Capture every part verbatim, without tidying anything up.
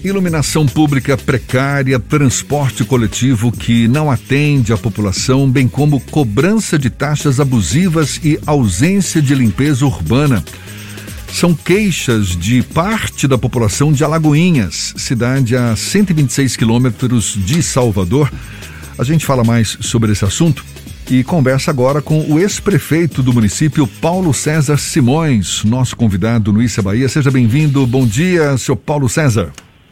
Iluminação pública precária, transporte coletivo que não atende a população, bem como cobrança de taxas abusivas e ausência de limpeza urbana. São queixas de parte da população de Alagoinhas, cidade a cento e vinte e seis quilômetros de Salvador. A gente fala mais sobre esse assunto e conversa agora com o ex-prefeito do município, Paulo César Simões, nosso convidado no Issa Bahia. Seja bem-vindo. Bom dia, senhor Paulo César.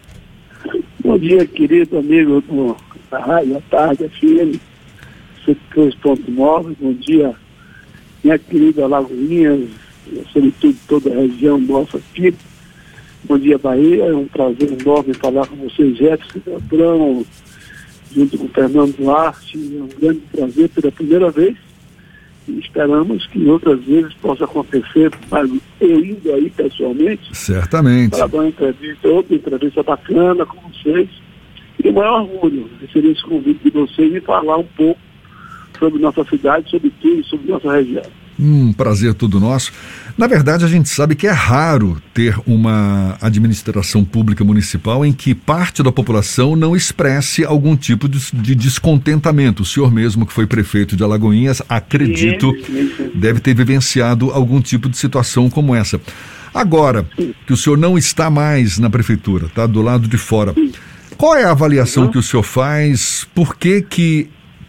Bom dia, querido amigo do, da Rádio à Tarde, F M, cento e três ponto nove. Bom dia, minha querida Alagoinhas, sobretudo toda a região nossa aqui. Bom dia, Bahia. É um prazer enorme falar com vocês, Jefferson Beltrão, junto com o Fernando Duarte. É um grande prazer pela primeira vez. E esperamos que outras vezes possa acontecer, mas eu indo aí pessoalmente. Certamente. Para dar uma entrevista, outra entrevista bacana com vocês. E o maior orgulho receber esse convite de vocês e falar um pouco sobre nossa cidade, sobre tudo, sobre nossa região. Um prazer todo nosso. Na verdade, a gente sabe que é raro ter uma administração pública municipal em que parte da população não expresse algum tipo de, de descontentamento. O senhor mesmo, que foi prefeito de Alagoinhas, acredito, sim, sim, sim. deve ter vivenciado algum tipo de situação como essa. Agora, sim. que o senhor não está mais na prefeitura, está do lado de fora, sim. qual é a avaliação uhum. que o senhor faz? Por que que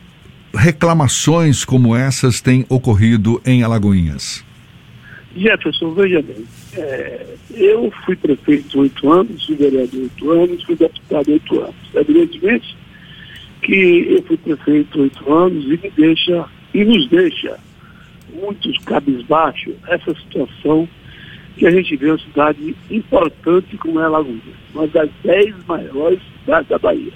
reclamações como essas têm ocorrido em Alagoinhas? Jefferson, veja bem, é, eu fui prefeito oito anos, fui vereador oito anos, fui deputado oito anos. Evidentemente que eu fui prefeito oito anos e me deixa, e nos deixa muitos cabisbaixo essa situação que a gente vê uma cidade importante como é Alagoinhas, uma das dez maiores cidades da Bahia.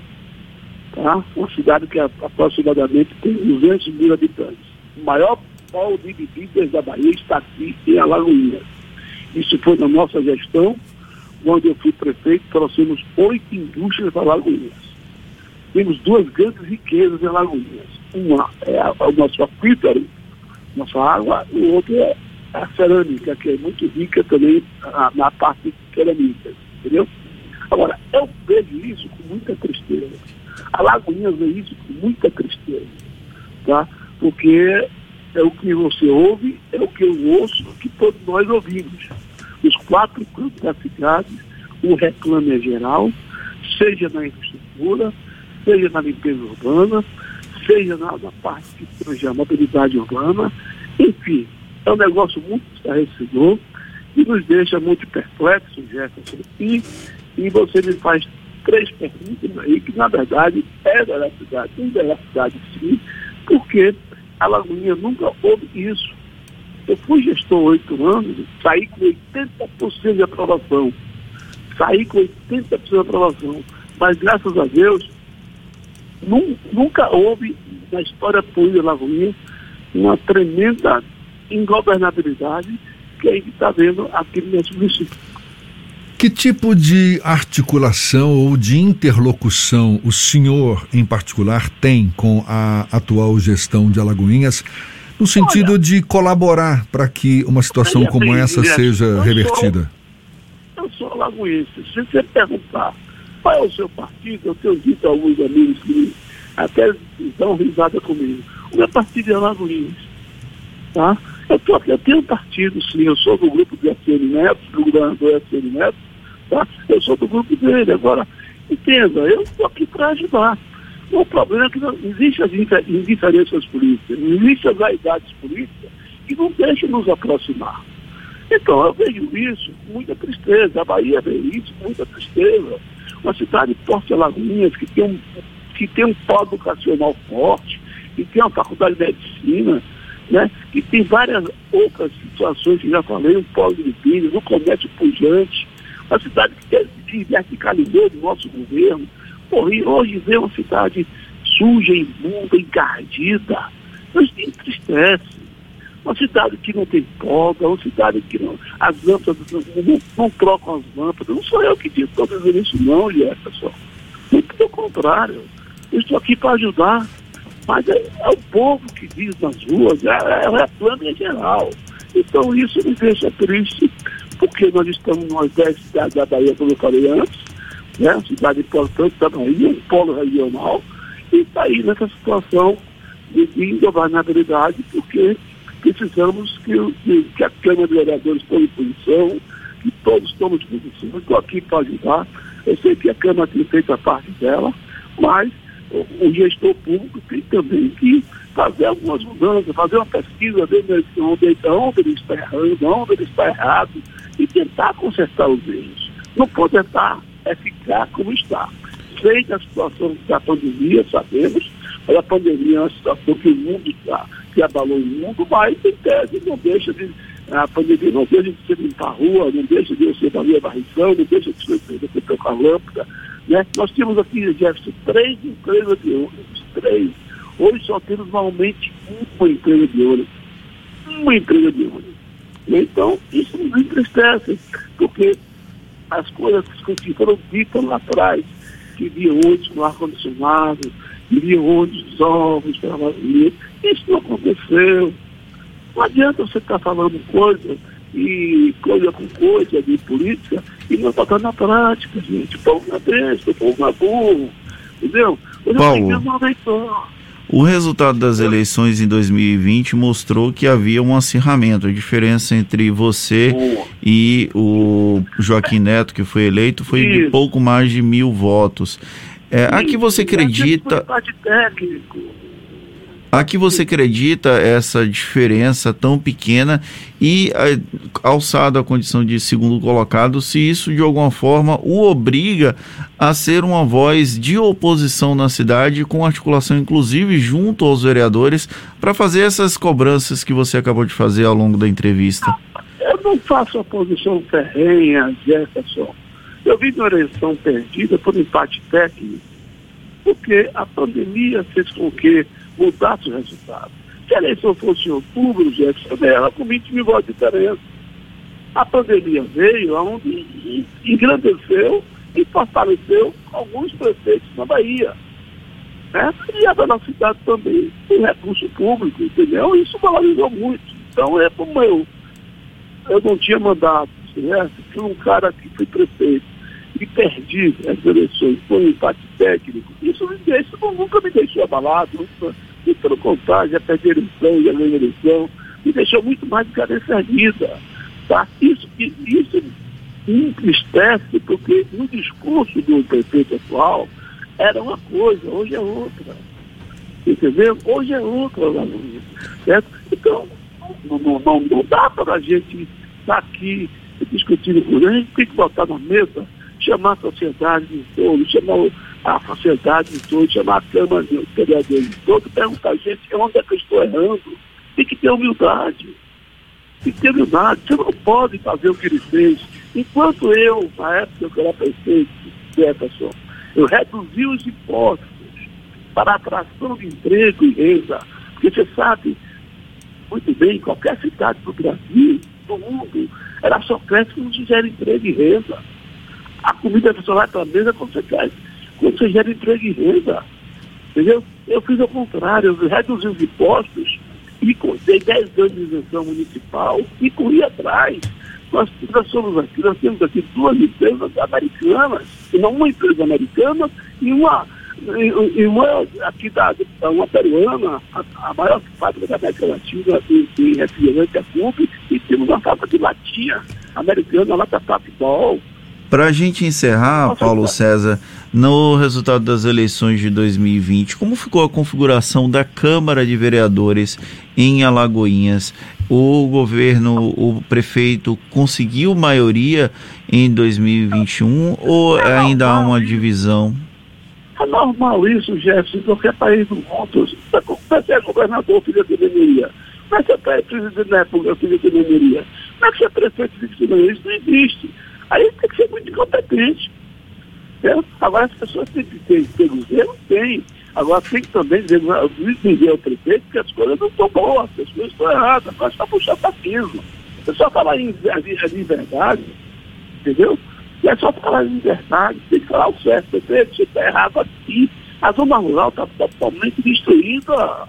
Tá? Uma cidade que aproximadamente tem duzentos mil habitantes. O maior polo de bebidas da Bahia está aqui em Alagoinhas. Isso foi na nossa gestão, quando eu fui prefeito, trouxemos oito indústrias para Alagoinhas. Temos duas grandes riquezas em Alagoinhas. Uma é a, o nosso aquífero, nossa água, e o outro é a cerâmica, que é muito rica também na, na parte de cerâmica, entendeu? Agora, eu vejo isso com muita tristeza. Alagoinhas vê isso com muita tristeza, tá? Porque é o que você ouve, é o que eu ouço, o que todos nós ouvimos. Os quatro cantos da cidade, o reclame é geral, seja na infraestrutura, seja na limpeza urbana, seja na, na parte que tange a mobilidade urbana, enfim, é um negócio muito estarrecedor e nos deixa muito perplexos, Jefferson, e, e você me faz três perguntas aí que, na verdade, é da veracidade, tem veracidade sim, porque a Alagoinha nunca houve isso. Eu fui gestor oito anos, saí com oitenta por cento de aprovação. Saí com oitenta por cento de aprovação. Mas, graças a Deus, num, nunca houve, na história política da Alagoinha, uma tremenda ingovernabilidade que a gente está vendo aqui no nosso município. Que tipo de articulação ou de interlocução o senhor, em particular, tem com a atual gestão de Alagoinhas, no sentido Olha, de colaborar para que uma situação como bem, essa Guilherme, seja revertida? Sou, eu sou alagoense. Se você perguntar qual é o seu partido, eu tenho dito a alguns amigos que até dão risada comigo. O meu partido é Alagoinhas. Tá? Eu, tô, eu tenho um partido, sim, eu sou do grupo de F N Neto, do governador F N Neto. Tá? Eu sou do grupo dele. Agora, entenda, eu estou aqui para ajudar. O problema é que não existem as indiferenças políticas, existem as vaidades políticas que não deixam nos aproximar. Então, eu vejo isso com muita tristeza. A Bahia vê isso com muita tristeza. Uma cidade forte, Alagoinhas, que tem um, que tem um polo educacional forte, que tem uma faculdade de medicina, né? Que tem várias outras situações que já falei, um polo de bebidas, um comércio pujante. Uma cidade que verticalizou do nosso governo. Porra, e hoje vê uma cidade suja, imunda, encardida. Isso entristece. Uma cidade que não tem folga, uma cidade que não, as lâmpadas não, não, não trocam as lâmpadas. Não sou eu que digo que estou dizendo isso não, Jefferson. Muito pelo contrário. Eu estou aqui para ajudar. Mas é, é o povo que diz nas ruas, é, é, é a plano em geral. Então isso me deixa triste, porque nós estamos nas dez cidades da Bahia, como eu falei antes, né? Cidade importante da Bahia, um polo regional, e está aí nessa situação de, de ingovernabilidade, porque precisamos que, que, que a Câmara de Vereadores tome posição, que todos tomem posição. Eu estou aqui para ajudar. Eu sei que a Câmara tem feito a parte dela, mas o, o gestor público tem também que fazer algumas mudanças, fazer uma pesquisa, ver onde, onde ele está errando, onde ele está errado, e tentar consertar os erros. Não pode tentar é ficar como está. Sei da situação da pandemia, sabemos, mas a pandemia é uma situação que o mundo está, que abalou o mundo, mas em tese não deixa de, a pandemia não deixa de ser limpar a rua, não deixa de ser fazer a varrição, não deixa de ser feito com a lâmpada, né? Nós temos aqui, Jefferson, três empresas de ônibus, três. Hoje só temos normalmente uma empresa de ônibus. Uma empresa de ônibus. Então, isso nos entristece, porque as coisas que foram ditas lá atrás, que via ônibus com ar-condicionado, que via ônibus novos para valer, isso não aconteceu. Não adianta você estar falando coisa e coisa com coisa de política e não botar na prática, gente. O povo não é besta, o povo não é burro, entendeu? Paulo, o resultado das eleições em dois mil e vinte mostrou que havia um acirramento. A diferença entre você Boa. e o Joaquim Neto, que foi eleito, foi Isso. de pouco mais de mil votos. É, a que você acredita... A que você acredita essa diferença tão pequena e alçado à condição de segundo colocado, se isso de alguma forma o obriga a ser uma voz de oposição na cidade, com articulação inclusive junto aos vereadores, para fazer essas cobranças que você acabou de fazer ao longo da entrevista? Eu não faço oposição ferrenha, Jefferson. Eu vi uma eleição perdida por empate técnico, porque a pandemia fez com que mudasse o resultado. Se a eleição fosse em outubro, Jefferson, ela com vinte mil votos de diferença. A pandemia veio onde engrandeceu e fortaleceu alguns prefeitos na Bahia. Né? E a velocidade também do recurso público, entendeu? Isso valorizou muito. Então é como eu. Eu não tinha mandato, certo? Que um cara que foi prefeito e perdi as eleições por um empate técnico, isso me deixa, nunca me deixou abalado, nunca, e pelo contrário, já perdi a eleição, já ganhei a eleição, me deixou muito mais encarecida, tá? Isso, isso me entristece, porque no discurso do prefeito atual era uma coisa, hoje é outra, entendeu? Hoje é outra, certo? Então, não, não, não, não dá para a gente estar aqui discutindo com ele, a gente tem que botar na mesa, chamar a sociedade de todo, chamar a sociedade de todo, chamar a Câmara de Vereadores de todo, perguntar a gente onde é que eu estou errando. Tem que ter humildade. Tem que ter humildade. Você não pode fazer o que ele fez. Enquanto eu, na época que eu era prefeito, Jefferson, eu reduzi os impostos para a atração de emprego e renda. Porque você sabe muito bem, qualquer cidade do Brasil, do mundo, ela só cresce quando se gera emprego e renda. A comida só vai para a mesa quando você quer, quando você gera emprego e renda. Entendeu? Eu fiz ao contrário, eu reduzi os impostos e dei dez anos de isenção municipal e corri atrás. Nós, nós, somos aqui, nós temos aqui duas empresas americanas, não uma empresa americana e uma, e, e uma aqui da, uma peruana, a, a maior fábrica da América Latina em, em refrigerante, a C U P, e temos uma fábrica de latinha americana lá da Tapidol. Para a gente encerrar, Paulo César, no resultado das eleições de dois mil e vinte, como ficou a configuração da Câmara de Vereadores em Alagoinhas? O governo, o prefeito conseguiu maioria em dois mil e vinte e um ou ainda há uma divisão? É normal isso, Jefferson, em qualquer país do mundo. Você é governador, filho de minoria. Como é que você é presidente da República, filho de minoria? Como é que você é prefeito, filho de minoria? Isso não existe. Aí tem que ser muito incompetente. Né? Agora as pessoas têm que ter, ter governo, tem. Agora tem que também dizer, dizer ao prefeito que as coisas não estão boas, as coisas estão erradas, mas está puxando para piso. É só falar em, em, em verdade, entendeu? E é só falar em verdade, tem que falar o certo, prefeito, você está errado aqui. A zona rural está totalmente destruída.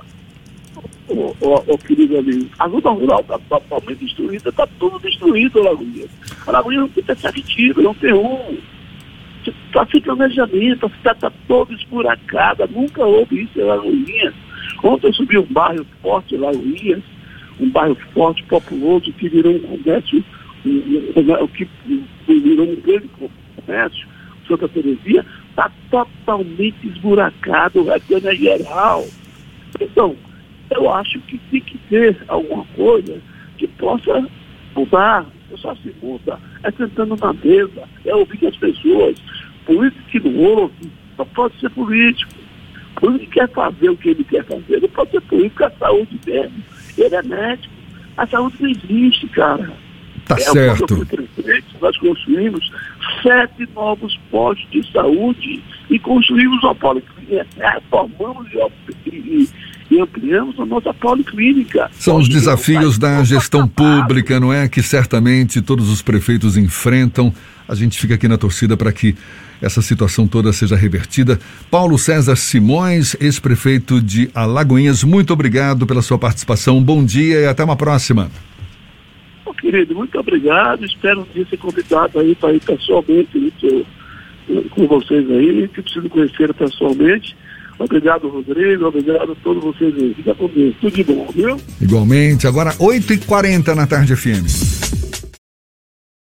O, o, o querido amigo, a zona rural está totalmente destruída, está tudo destruído, Alagoinhas. Alagoinhas não tem terceiro tiro, não tem um. está sem planejamento, a cidade está toda esburacada, nunca houve isso em Lagoinhas. Ontem eu subi um bairro forte em Lagoinhas, um bairro forte, populoso, que virou um comércio, um, um, um, que virou um grande comércio, Santa Terezinha, está totalmente esburacado, vai ganhar geral. Então, eu acho que tem que ter alguma coisa que possa mudar. Só se muda é sentando na mesa, é ouvir as pessoas. Político que não ouve não pode ser político. Político que quer fazer o que ele quer fazer, não pode ser político, a saúde dele. Ele é médico. A saúde não existe, cara. Tá é, certo. Eu fui prefeito, nós construímos sete novos postos de saúde e construímos uma policlínica, reformamos e, e, e ampliamos a nossa policlínica. São os desafios da gestão pública, não é? Que certamente todos os prefeitos enfrentam. A gente fica aqui na torcida para que essa situação toda seja revertida. Paulo César Simões, ex-prefeito de Alagoinhas, muito obrigado pela sua participação. Bom dia e até uma próxima. Oh, querido, muito obrigado. Espero um dia ser convidado aí para ir pessoalmente muito, com vocês aí, que preciso conhecer pessoalmente. Obrigado, Rodrigo. Obrigado a todos vocês aí. Fica com Deus. Tudo de bom, viu? Igualmente. Agora, oito e quarenta na tarde F M.